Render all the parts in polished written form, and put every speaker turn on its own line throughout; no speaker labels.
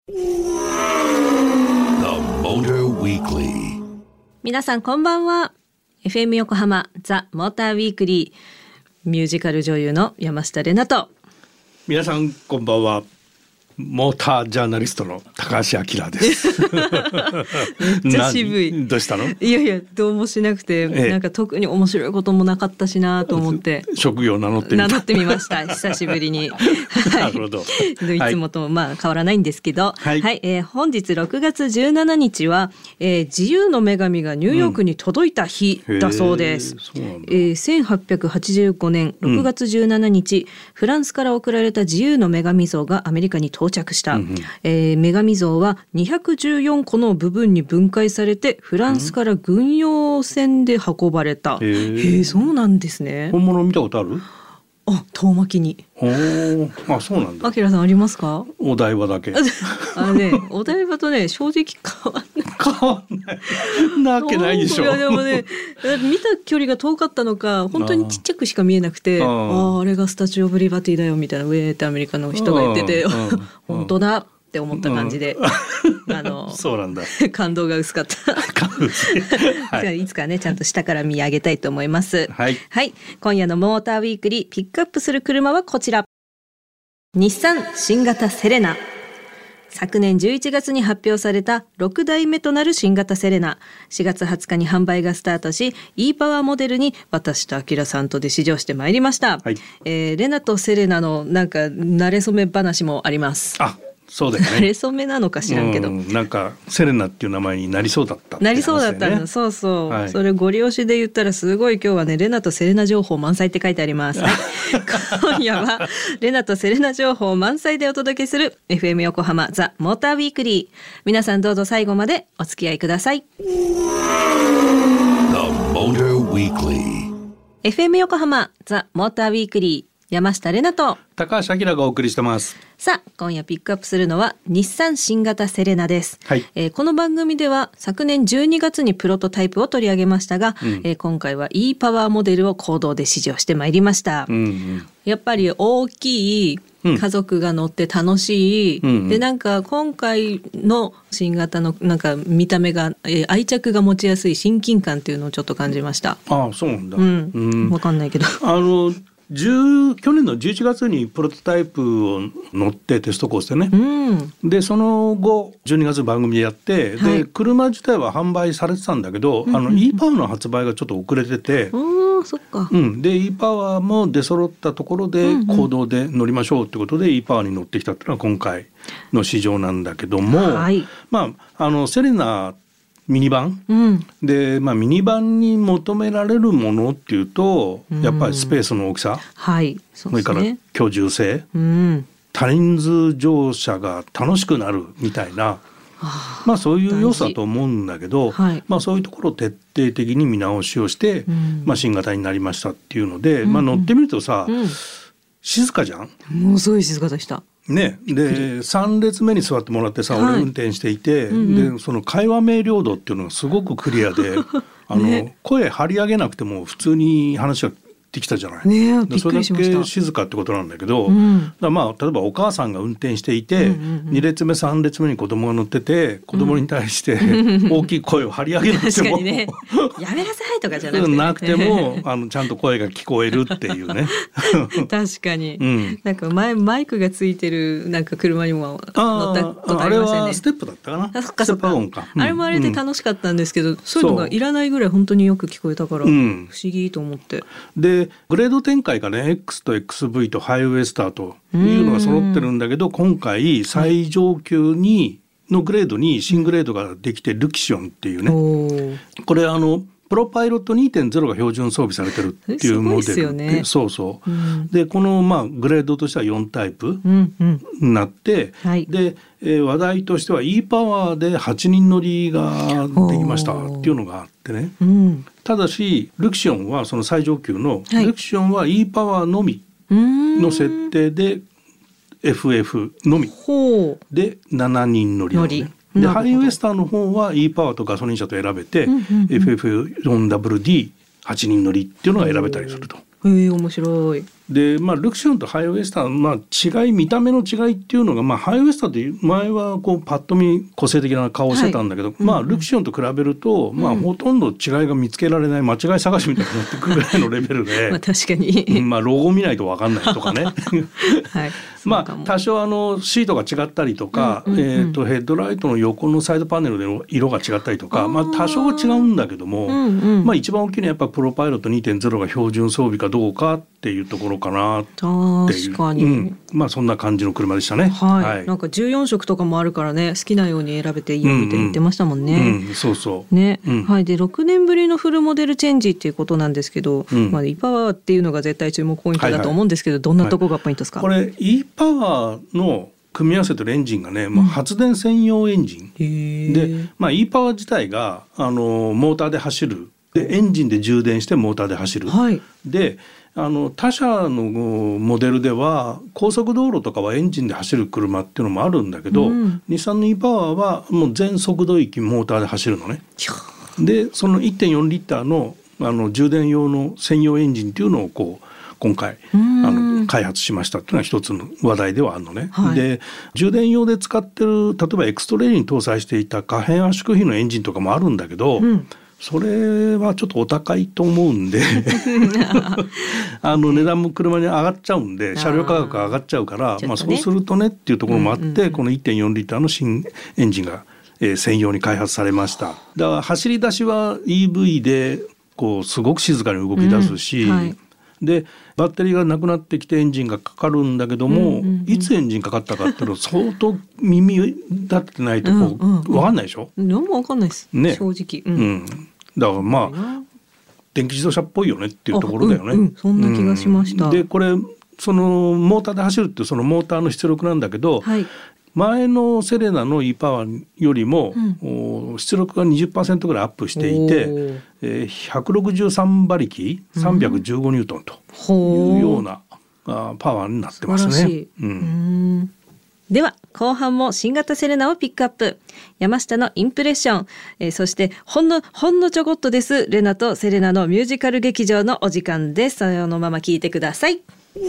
皆さんこんばんは。 FM 横浜ザ・モーターウィークリー、ミュージカル女優の山下玲奈と、
皆さんこんばんは。モータージャーナリストの高橋明です
めっちゃ渋い。
どうしたの？
いやいや、どうもしなくて、なんか特に面白いこともなかったしなと思って
職業を名乗って
みました久しぶりに
なるほど。
いつもと変わらないんですけど、
はい
本日6月17日は、自由の女神がニューヨークに届いた日だそうです。1885年6月17日、フランスから送られた自由の女神像がアメリカに到着した。女神像は214個の部分に分解されてフランスから軍用船で運ばれた。そうなんですね。
本物見たことある？
遠巻きに。
そうなんだ。
あきらさんありますか？
お台場だけ
お台場とね、正直変わんない
なわけないでしょ。
いやでもね、見た距離が遠かったのか本当にちっちゃくしか見えなくて、あれがスタチューオブリバティだよみたいな、ウェーってアメリカの人が言ってて、本当だって思った感じで、
そうなんだ。
感動が薄かったいつかね、ちゃんと下から見上げたいと思います。はい、今夜のモーターウィークリー、ピックアップする車はこちら、日産新型セレナ。昨年11月に発表された6代目となる新型セレナ、4月20日に販売がスタートし、 e パワーモデルに私とアキラさんとで試乗してまいりました。レナとセレナのなんか馴れ初め話もあります。
そうだよね。
馴れ初めなのか知らんけど、
なんかセレナっていう名前になりそうだったって、
なりそうだったの。そう、それご利用しで言ったらすごい、今日はね、レナとセレナ情報満載って書いてあります。今夜はレナとセレナ情報満載でお届けする FM 横浜ザ・モーターウィークリー。皆さんどうぞ最後までお付き合いください。 FM 横浜ザ・モーターウィークリー、山下玲奈と
高橋明がお送りしてます。
さあ、今夜ピックアップするのは日産新型セレナです。この番組では昨年12月にプロトタイプを取り上げましたが、今回は e パワーモデルを公道で試乗してまいりました。やっぱり大きい、家族が乗って楽しい、でなんか今回の新型のなんか見た目が、愛着が持ちやすい親近感っていうのをちょっと感じました。
そうなんだ。
わかんないけど
去年の11月にプロトタイプを乗ってテストコースでね、でその後12月番組でやって、で車自体は販売されてたんだけど、e パワーの発売がちょっと遅れてて、
そっか。で
e パワーも出揃ったところで公道で乗りましょうってことで e パワーに乗ってきたっていうのは今回の試乗なんだけども、セレナミニバン、で、ミニバンに求められるものっていうと、やっぱりスペースの大きさ、それから居住性、多人数乗車が楽しくなるみたいな、そういう要素だと思うんだけど、そういうところを徹底的に見直しをして、新型になりましたっていうので、乗ってみるとさ、静かじゃん。
もうすごい静かでした
ね。で3列目に座ってもらってさ、俺運転していて、でその会話明瞭度っていうのがすごくクリアで声張り上げなくても普通に話ができたじゃない。
びっくりしました。
それだけ静かってことなんだけど、例えばお母さんが運転していて、2列目3列目に子供が乗ってて、子供に対して大きい声を張り上げなくても、
確かにね、やめなさいとかじゃなくて
もちゃんと声が聞こえるっていうね
確かに、なんかマイクがついてるなんか車にも乗ったことありましたよね。
あれはステップだったかな。ステップワゴンか。
あれもあれで楽しかったんですけど、そういうのがいらないぐらい本当によく聞こえたから、不思議と思って。
でグレード展開がね、 X と XV とハイウェイスターというのが揃ってるんだけど、今回最上級のグレードに新グレードができて、ルキシオンっていうね、これプロパイロット 2.0 が標準装備されてるっていうモデルで、でこのグレードとしては4タイプになって、で話題としては e パワーで8人乗りができましたっていうのがあってね、ただしルキシオンはその最上級の、ルキシオンは e パワーのみの設定で FF のみで7人乗りなのね。でハイウェスターの方は e パワーとガソリン車と選べて、FF4WD8 人乗りっていうのが選べたりすると。
面白い。
でルクシオンとハイウエスター、見た目の違いっていうのが、ハイウエスターって前はこうパッと見個性的な顔をしてたんだけど、ルクシオンと比べると、ほとんど違いが見つけられない、間違い探しみたいになってくるぐらいのレベルで
確かに
ロゴ見ないと分かんないとかね、はい、多少シートが違ったりとか、ヘッドライトの横のサイドパネルでの色が違ったりとか、多少は違うんだけども、一番大きいのはやっぱプロパイロット 2.0 が標準装備かどうかっていうところかなっていう、
確かに、
そんな感じの車でしたね。
なんか14色とかもあるからね、好きなように選べていいよって言ってましたもんね。
そうそう
ね、で6年ぶりのフルモデルチェンジっていうことなんですけど、e パワーっていうのが絶対注目ポイントだと思うんですけど、どんなとこがポイントですか？
これ e パワーの組み合わせてるエンジンがね、発電専用エンジンで、e パワー自体がモーターで走る、でエンジンで充電してモーターで走る、で他社のモデルでは高速道路とかはエンジンで走る車っていうのもあるんだけど、日産の e パワーはもう全速度域モーターで走るのね。でその 1.4 リッターの充電用の専用エンジンっていうのを今回開発しましたっていうのは一つの話題ではあるのね。で充電用で使ってる、例えばエクストレイに搭載していた可変圧縮比のエンジンとかもあるんだけど、それはちょっとお高いと思うんで値段も車に上がっちゃうんで、車両価格が上がっちゃうから、そうするとねっていうところもあって、この 1.4 リッターの新エンジンが専用に開発されました。だから走り出しは EV ですごく静かに動き出すし、でバッテリーがなくなってきてエンジンがかかるんだけども、いつエンジンかかったかっていうの相当耳立ってないと分かんないでしょ。
何も分かんないです、ね、正直、
だから電気自動車っぽいよねっていうところだよね。
そんな気がしました。
でこれそのモーターで走るっていうそのモーターの出力なんだけど、前のセレナの e パワーよりも、出力が 20% ぐらいアップしていて、163馬力315ニュートンというようなパワーになってますね。
では後半も新型セレナをピックアップ、山下のインプレッション、そしてほんのちょこっとですレナとセレナのミュージカル劇場のお時間です。そのまま聞いてください。 The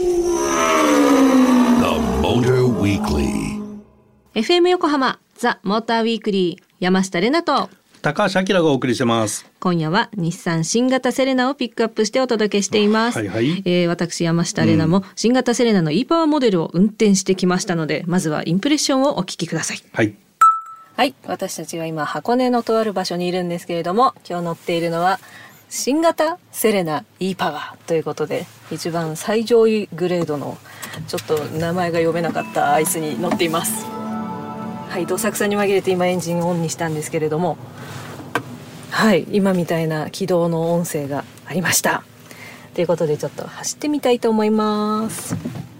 Motor Weekly FM 横浜ザ・モーターウィークリー、山下レナと
高橋明がお送りしてます。
今夜は日産新型セレナをピックアップしてお届けしています。私山下レナも新型セレナの e パワーモデルを運転してきましたので、まずはインプレッションをお聞きください。私たちは今箱根のとある場所にいるんですけれども、今日乗っているのは新型セレナ e パワーということで、一番最上位グレードのちょっと名前が読めなかったアイスに乗っています。どさくさに紛れて今エンジンオンにしたんですけれども、今みたいな起動の音声がありましたということで、ちょっと走ってみたいと思います。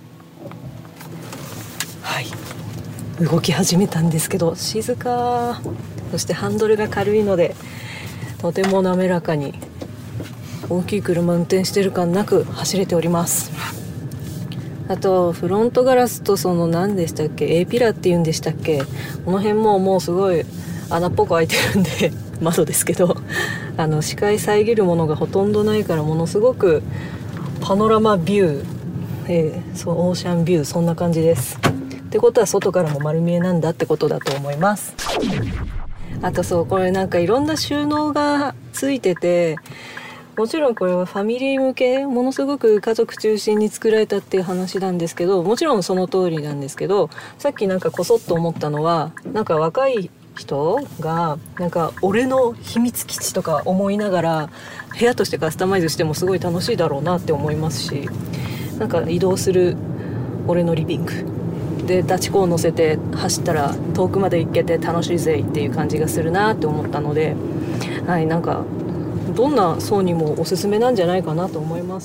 動き始めたんですけど静か、そしてハンドルが軽いのでとても滑らかに大きい車運転してる感なく走れております。あとフロントガラスとその何でしたっけ、 A ピラーっていうんでしたっけ、この辺もうすごい穴っぽく開いてるんで窓ですけど視界遮るものがほとんどないから、ものすごくパノラマビュー、オーシャンビュー、そんな感じです。ってことは外からも丸見えなんだってことだと思います。あとこれなんかいろんな収納がついてて、もちろんこれはファミリー向け、ものすごく家族中心に作られたっていう話なんですけど、もちろんその通りなんですけど、さっきなんかこそっと思ったのは、なんか若い人がなんか俺の秘密基地とか思いながら部屋としてカスタマイズしてもすごい楽しいだろうなって思いますし、なんか移動する俺のリビングでダチコを乗せて走ったら遠くまで行けて楽しいぜっていう感じがするなって思ったので、なんかどんな層にもおすすめなんじゃないかなと思います。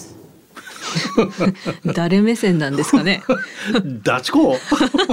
誰目線なんですかね。
ダチコ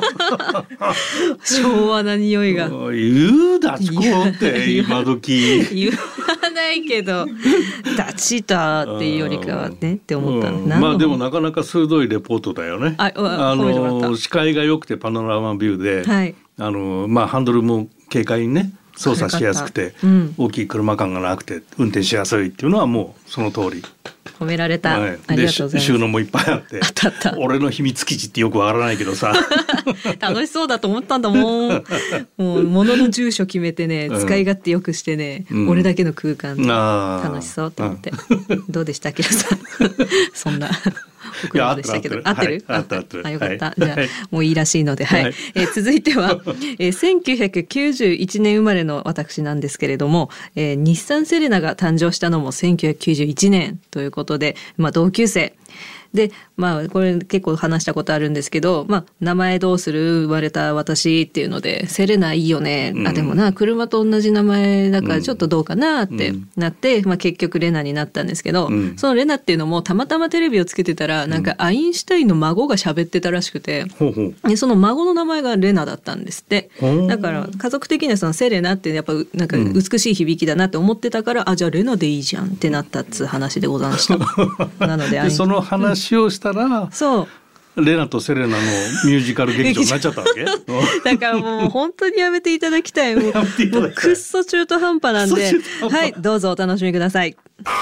昭和な匂いが。
言うダチコって今時
言わないけどダチタっていうよりかはねって思ったの。
でもなかなか鋭いレポートだよね。視界が良くてパノラマビューで、ハンドルも軽快にね操作しやすくて、大きい車感がなくて運転しやすいっていうのはもうその通り。
褒められた、はい、ありがとうございます。
収納もいっぱいあって俺の秘密基地ってよくわからないけどさ
楽しそうだと思ったんだもんもう物の住所決めてね、使い勝手よくしてね、俺だけの空間楽しそうと思って、どうでしたっけさんそんな送るでしたけど合ってる、
はい、合ってる
あよかった、はい、じゃあもういいらしいので、はいはい、続いては、1991年生まれの私なんですけれども、日産セレナが誕生したのも1991年ということで、同級生で、これ結構話したことあるんですけど、名前どうする生まれた私っていうのでセレナいいよね、でもな車と同じ名前だからちょっとどうかなってなって、結局レナになったんですけど、そのレナっていうのもたまたまテレビをつけてたらなんかアインシュタインの孫が喋ってたらしくて、でその孫の名前がレナだったんですって。だから家族的にはそのセレナってやっぱなんか美しい響きだなって思ってたから、じゃあレナでいいじゃんってなったっつう話でございましたなので
その話をしたら、
そう
レナとセレナのミュージカル劇場になっちゃったわけ
だからもう本当にやめていただきたい。もうくっそ中途半端なんで、はい、どうぞお楽しみください。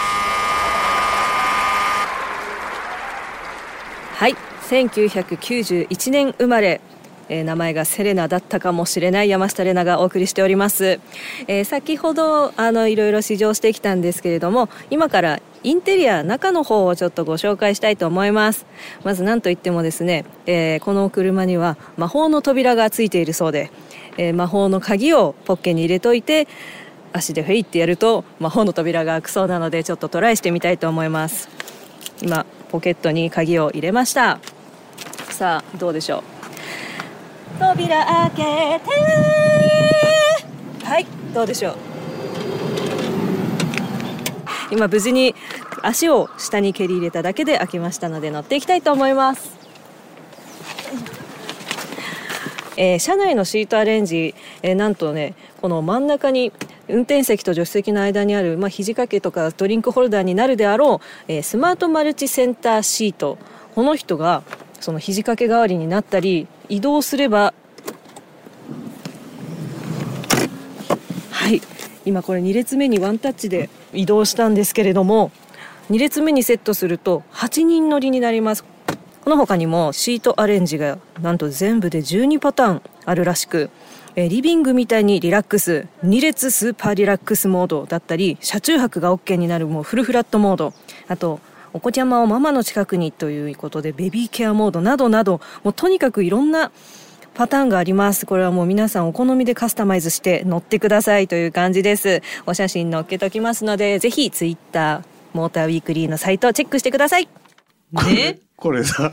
はい、1991年生まれ、名前がセレナだったかもしれない山下レナがお送りしております。先ほどいろいろ試乗してきたんですけれども、今からインテリア中の方をちょっとご紹介したいと思います。まず何といってもですね、この車には魔法の扉がついているそうで、魔法の鍵をポッケに入れといて足でフェイってやると魔法の扉が開くそうなので、ちょっとトライしてみたいと思います。今ポケットに鍵を入れました。さあどうでしょう。扉開けて、はい、どうでしょう。今無事に足を下に蹴り入れただけで開きましたので乗っていきたいと思います。車内のシートアレンジ、なんとね、この真ん中に運転席と助手席の間にある、肘掛けとかドリンクホルダーになるであろう、スマートマルチセンターシート、この人がその肘掛け代わりになったり、移動すれば、はい、今これ2列目にワンタッチで移動したんですけれども、2列目にセットすると8人乗りになります。この他にもシートアレンジがなんと全部で12パターンあるらしく、リビングみたいにリラックス、2列スーパーリラックスモードだったり、車中泊が OK になるもうフルフラットモード、あとお子ちゃまをママの近くにということでベビーケアモードなどなど、もうとにかくいろんなパターンがあります。これはもう皆さんお好みでカスタマイズして乗ってくださいという感じです。お写真載っけときますので、ぜひツイッターモーターウィークリーのサイトをチェックしてくださいね。
これさ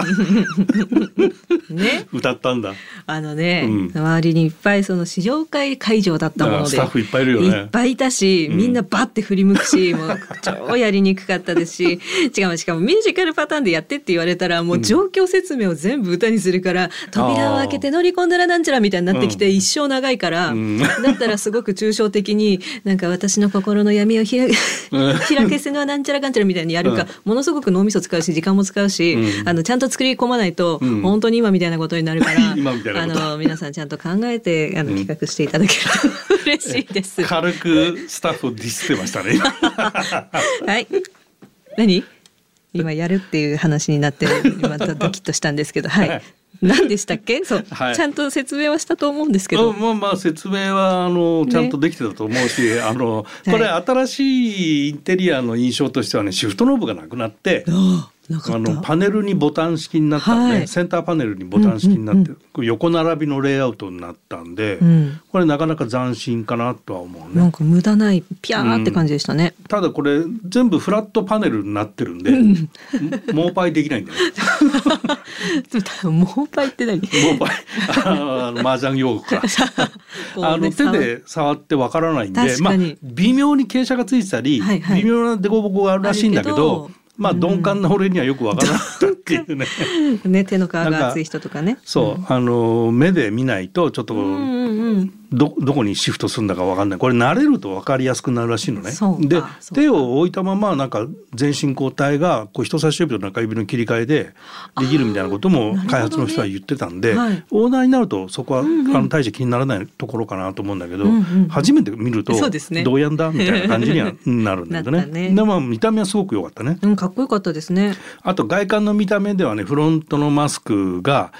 ね、
歌ったんだ。
周りにいっぱいその試乗会会場だったもので、
スタッフいっぱいいるよね。
いっぱいいたし、みんなバッて振り向くし、もう超やりにくかったですし、しかもミュージカルパターンでやってって言われたら、もう状況説明を全部歌にするから、扉を開けて乗り込んだらなんちゃらみたいになってきて、一生長いから、だったらすごく抽象的になんか私の心の闇を開けせのなんちゃらかんちゃらみたいにやるか、ものすごく脳みそ使うし時間も使うし、ちゃんと作り込まないと、本当に今みたいなことになるから皆さんちゃんと考えて企画していただけると嬉しいです。
軽くスタッフをディスってましたね
はい、何今やるっていう話になってまたドキッとしたんですけど、はい、何でしたっけ。そう、はい、ちゃんと説明はしたと思うんですけど、
説明はちゃんとできてたと思うし、これ新しいインテリアの印象としてはね、シフトノブがなくなってパネルにボタン式になったんで、センターパネルにボタン式になって、横並びのレイアウトになったんで、これなかなか斬新かなとは思うね。
なんか無駄ないピャーって感じでしたね。
ただこれ全部フラットパネルになってるんで、モーパイできないんだよ
モーパイって何？
モーパイ麻雀用語か手で触ってわからないんで、微妙に傾斜がついてたり、微妙な凸凹があるらしいんだけど、鈍感な俺にはよくわからなかったっていうね
ね、手の皮が厚い人とかね。
そう、目で見ないとちょっとどこにシフトするんだか分かんない。これ慣れると分かりやすくなるらしいのね。で手を置いたままなんか全身交代がこう人差し指と中指の切り替えでできるみたいなことも開発の人は言ってたんで、オーダーになるとそこは大して気にならないところかなと思うんだけど、初めて見るとどうやんだみたいな感じにはなるんだけどね。で見た目はすごく良かったね。
かっこよかったですね。
あと外観の見た目ではね、フロントのマスクが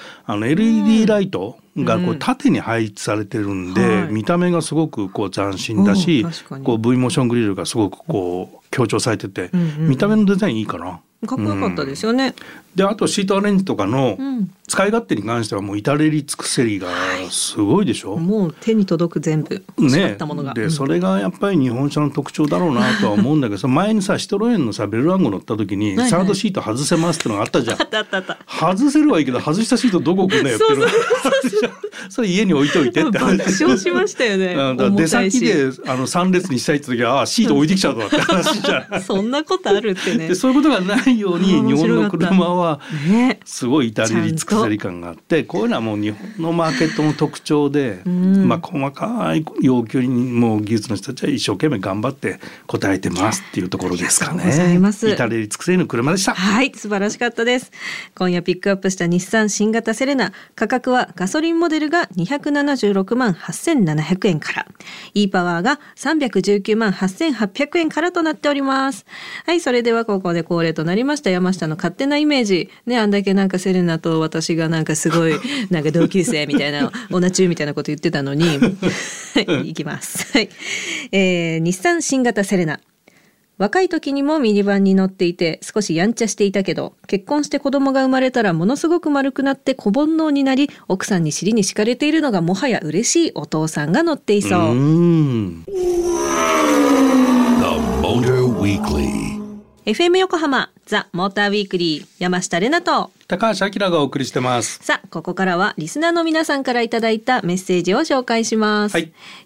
LED ライトがこう縦に配置されてるんで、見た目がすごくこう斬新だし、こう V モーショングリルがすごくこう強調されてて、見た目のデザインいいかな。
かっこよかったですよね。
であとシートアレンジとかの使い勝手に関してはもう至れり尽くせりがすごいでしょ。
もう手に届く全部欲しかったものが、
でそれがやっぱり日本車の特徴だろうなとは思うんだけど前にさシトロエンのさベルランゴ乗った時にサードシート外せますってのがあったじゃん。外せるはいいけど外したシートどこ置くねよっていうのそれ家に置いといてって
爆笑しましたよね。
出先で3列にしたいって時はシート置いてきちゃうとかって話じゃん
そんなことあるってね。
でそういうことがないように日本の車はすごい至れり尽くせり感があって、こういうのはもう日本のマーケットの特徴で、細かい要求にもう技術の人たちは一生懸命頑張って応えてますっていうところですかね。至れり尽くせりの車でした。
はい、素晴らしかったです。今夜ピックアップした日産新型セレナ、価格はガソリンモデルが276万8700円から、e パワーが319万8800円からとなっております。はい、それではここで恒例となりました山下の勝手なイメージね。あんだけなんかセレナと私がなんかすごいなんか同級生みたいなオナチューみたいなこと言ってたのにいきます、はい。日産新型セレナ、若い時にもミニバンに乗っていて少しやんちゃしていたけど、結婚して子供が生まれたらものすごく丸くなって小煩悩になり、奥さんに尻に敷かれているのがもはや嬉しいお父さんが乗っていそう。FM 横浜ザ・モーターウィークリー、山下れなと
高橋明がお送りしてます。
さあここからはリスナーの皆さんからいただいたメッセージを紹介します、はい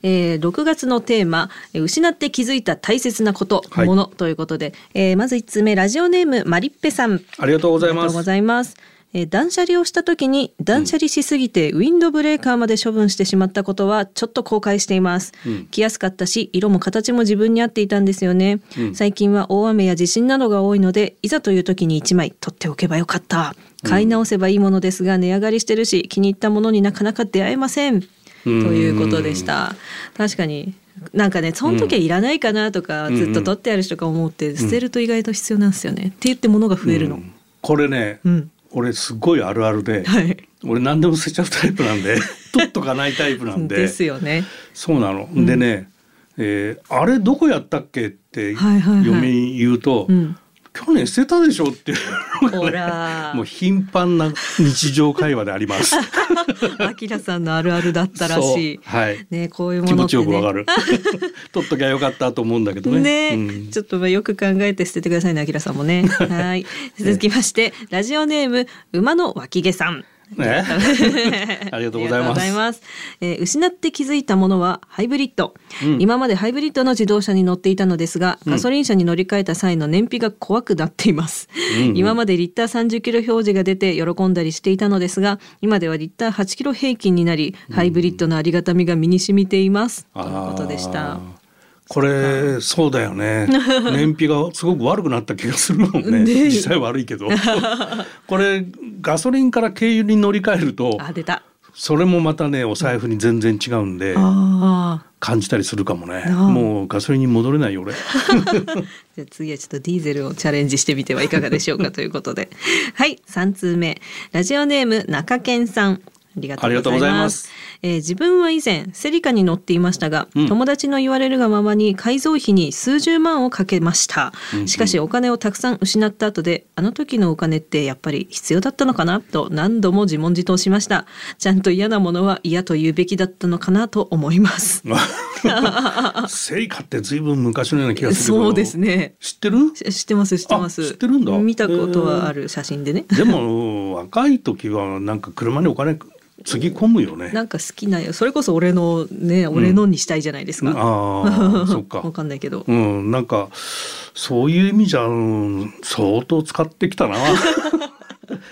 。6月のテーマ、失って気づいた大切なこと、ものということで、まず1つ目、ラジオネームマリッペさん、
ありがとうございます。
ありがとうございます。断捨離をした時に断捨離しすぎてウィンドブレーカーまで処分してしまったことはちょっと後悔しています、着やすかったし色も形も自分に合っていたんですよね、最近は大雨や地震などが多いので、いざという時に1枚取っておけばよかった。買い直せばいいものですが値上がりしてるし気に入ったものになかなか出会えません、ということでした。確かになんかね、その時はいらないかなとか、ずっと取ってある人とか思って捨てると意外と必要なんですよね、って言って物が増えるの、
これね、俺すごいあるあるで、俺何でも捨てちゃうタイプなんで取っとかないタイプなんで
ですよね。
そうなの、でね、あれどこやったっけって嫁に言うと、去年捨てたでしょっていうのが、ね、もう頻繁な日常会話であります
あきらさんのあるあるだったらしい、ね、こういうものって、ね、
気持ちよくわかる取っときゃよかったと思うんだけどね、
ちょっとよく考えて捨ててくださいね、あきらさんもねはい。続きましてラジオネーム馬の脇毛さん、ありがとうございます。失って気づいたものはハイブリッド、今までハイブリッドの自動車に乗っていたのですが、ガソリン車に乗り換えた際の燃費が怖くなっています、今までリッター30キロ表示が出て喜んだりしていたのですが、今ではリッター8キロ平均になり、ハイブリッドのありがたみが身に染みています、ということでした。
これそうだよね燃費がすごく悪くなった気がするもんね実際悪いけどこれガソリンから軽油に乗り換えると
出た、
それもまたねお財布に全然違うんで、感じたりするかもね。もうガソリンに戻れないよ俺じ
ゃあ次はちょっとディーゼルをチャレンジしてみてはいかがでしょうかということではい、3通目ラジオネーム中堅さん、ありがとうございます。自分は以前セリカに乗っていましたが、友達の言われるがままに改造費に数十万をかけました、しかしお金をたくさん失った後で、あの時のお金ってやっぱり必要だったのかなと何度も自問自答しました。ちゃんと嫌なものは嫌と言うべきだったのかなと思います
セリカってずいぶん昔のような気がするけど。
そうですね。
知ってる？
知ってます知ってます。
知ってるんだ。
見たことはある写真でね
でも若い時はなんか車にお金つぎ込むよね。
なんか好きなよ、それこそ俺のね、俺のにしたいじゃないですか、
そっか
わかんないけど、
なんかそういう意味じゃ相当使ってきたな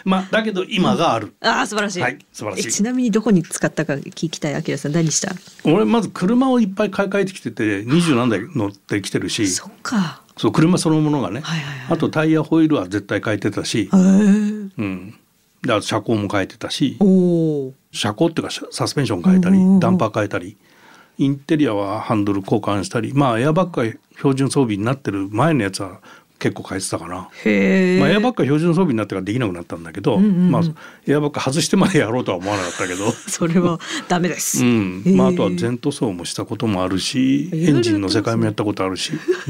だけど今がある。
素晴らしい。
はい、素晴らしい。
ちなみにどこに使ったか聞きたい。あきらさん何した？
俺まず車をいっぱい買い替えてきてて20何台乗ってきてるし。
そっか。
そう、車そのものがね、あとタイヤホイールは絶対変えてたし、であと車高も変えてたし、車高っていうかサスペンション変えたり、ダンパー変えたり、インテリアはハンドル交換したり、エアバッグが標準装備になってる前のやつは結構変えてたかな。エアバッグが標準装備になってからできなくなったんだけど、エアバッグ外してまでやろうとは思わなかったけど
それはダメです。
あとは全塗装もしたこともあるし、エンジンの世界もやったことあるし、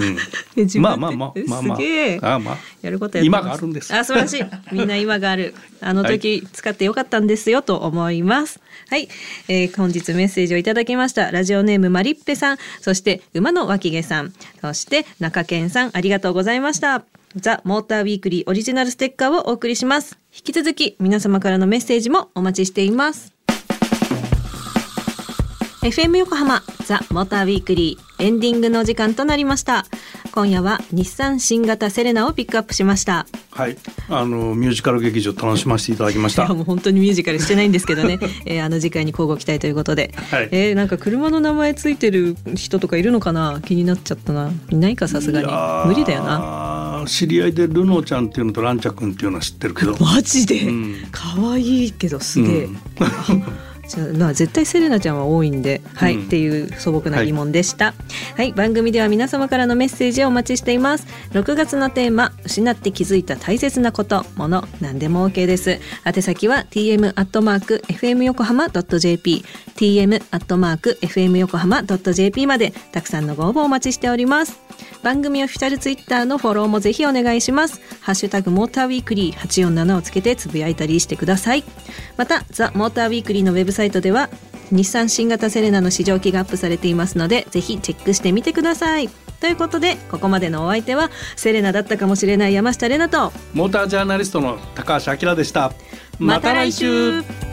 やることやってます。
今があるんです。
素晴らしい。みんな今がある。あの時使ってよかったんですよと思います。はい、本日メッセージをいただきました。ラジオネームマリッペさん、そして馬の脇毛さん、そして中堅さん、ありがとうございました。ザ・モーターウィークリーオリジナルステッカーをお送りします。引き続き皆様からのメッセージもお待ちしています。FM 横浜ザ・モーターウィークリーエンディングの時間となりました。今夜は日産新型セレナをピックアップしました。
はい、ミュージカル劇場楽しませていただきました。
もう本当にミュージカルしてないんですけどね次回に交互期待ということで、なんか車の名前ついてる人とかいるのかな、気になっちゃったな。いないか、さすがに無理だよな。
知り合いでルノーちゃんっていうのとランチャ君っていうのは知ってるけど
マジで、可愛いけどすげえ、絶対セレナちゃんは多いんで、っていう素朴な疑問でした。番組では皆様からのメッセージをお待ちしています。6月のテーマ、失って気づいた大切なこと、もの、何でも OK です。宛先は tm@fmyokohama.jp tm@fmyokohama.jp までたくさんのご応募お待ちしております。番組オフィシャルツイッターのフォローもぜひお願いします。ハッシュタグモーターウィークリー847をつけてつぶやいたりしてください。またザ・モーターウィークリーのウェブサイトでは日産新型セレナの試乗機がアップされていますので、ぜひチェックしてみてください。ということで、ここまでのお相手はセレナだったかもしれない山下玲奈と
モータージャーナリストの高橋明でした。
また来週。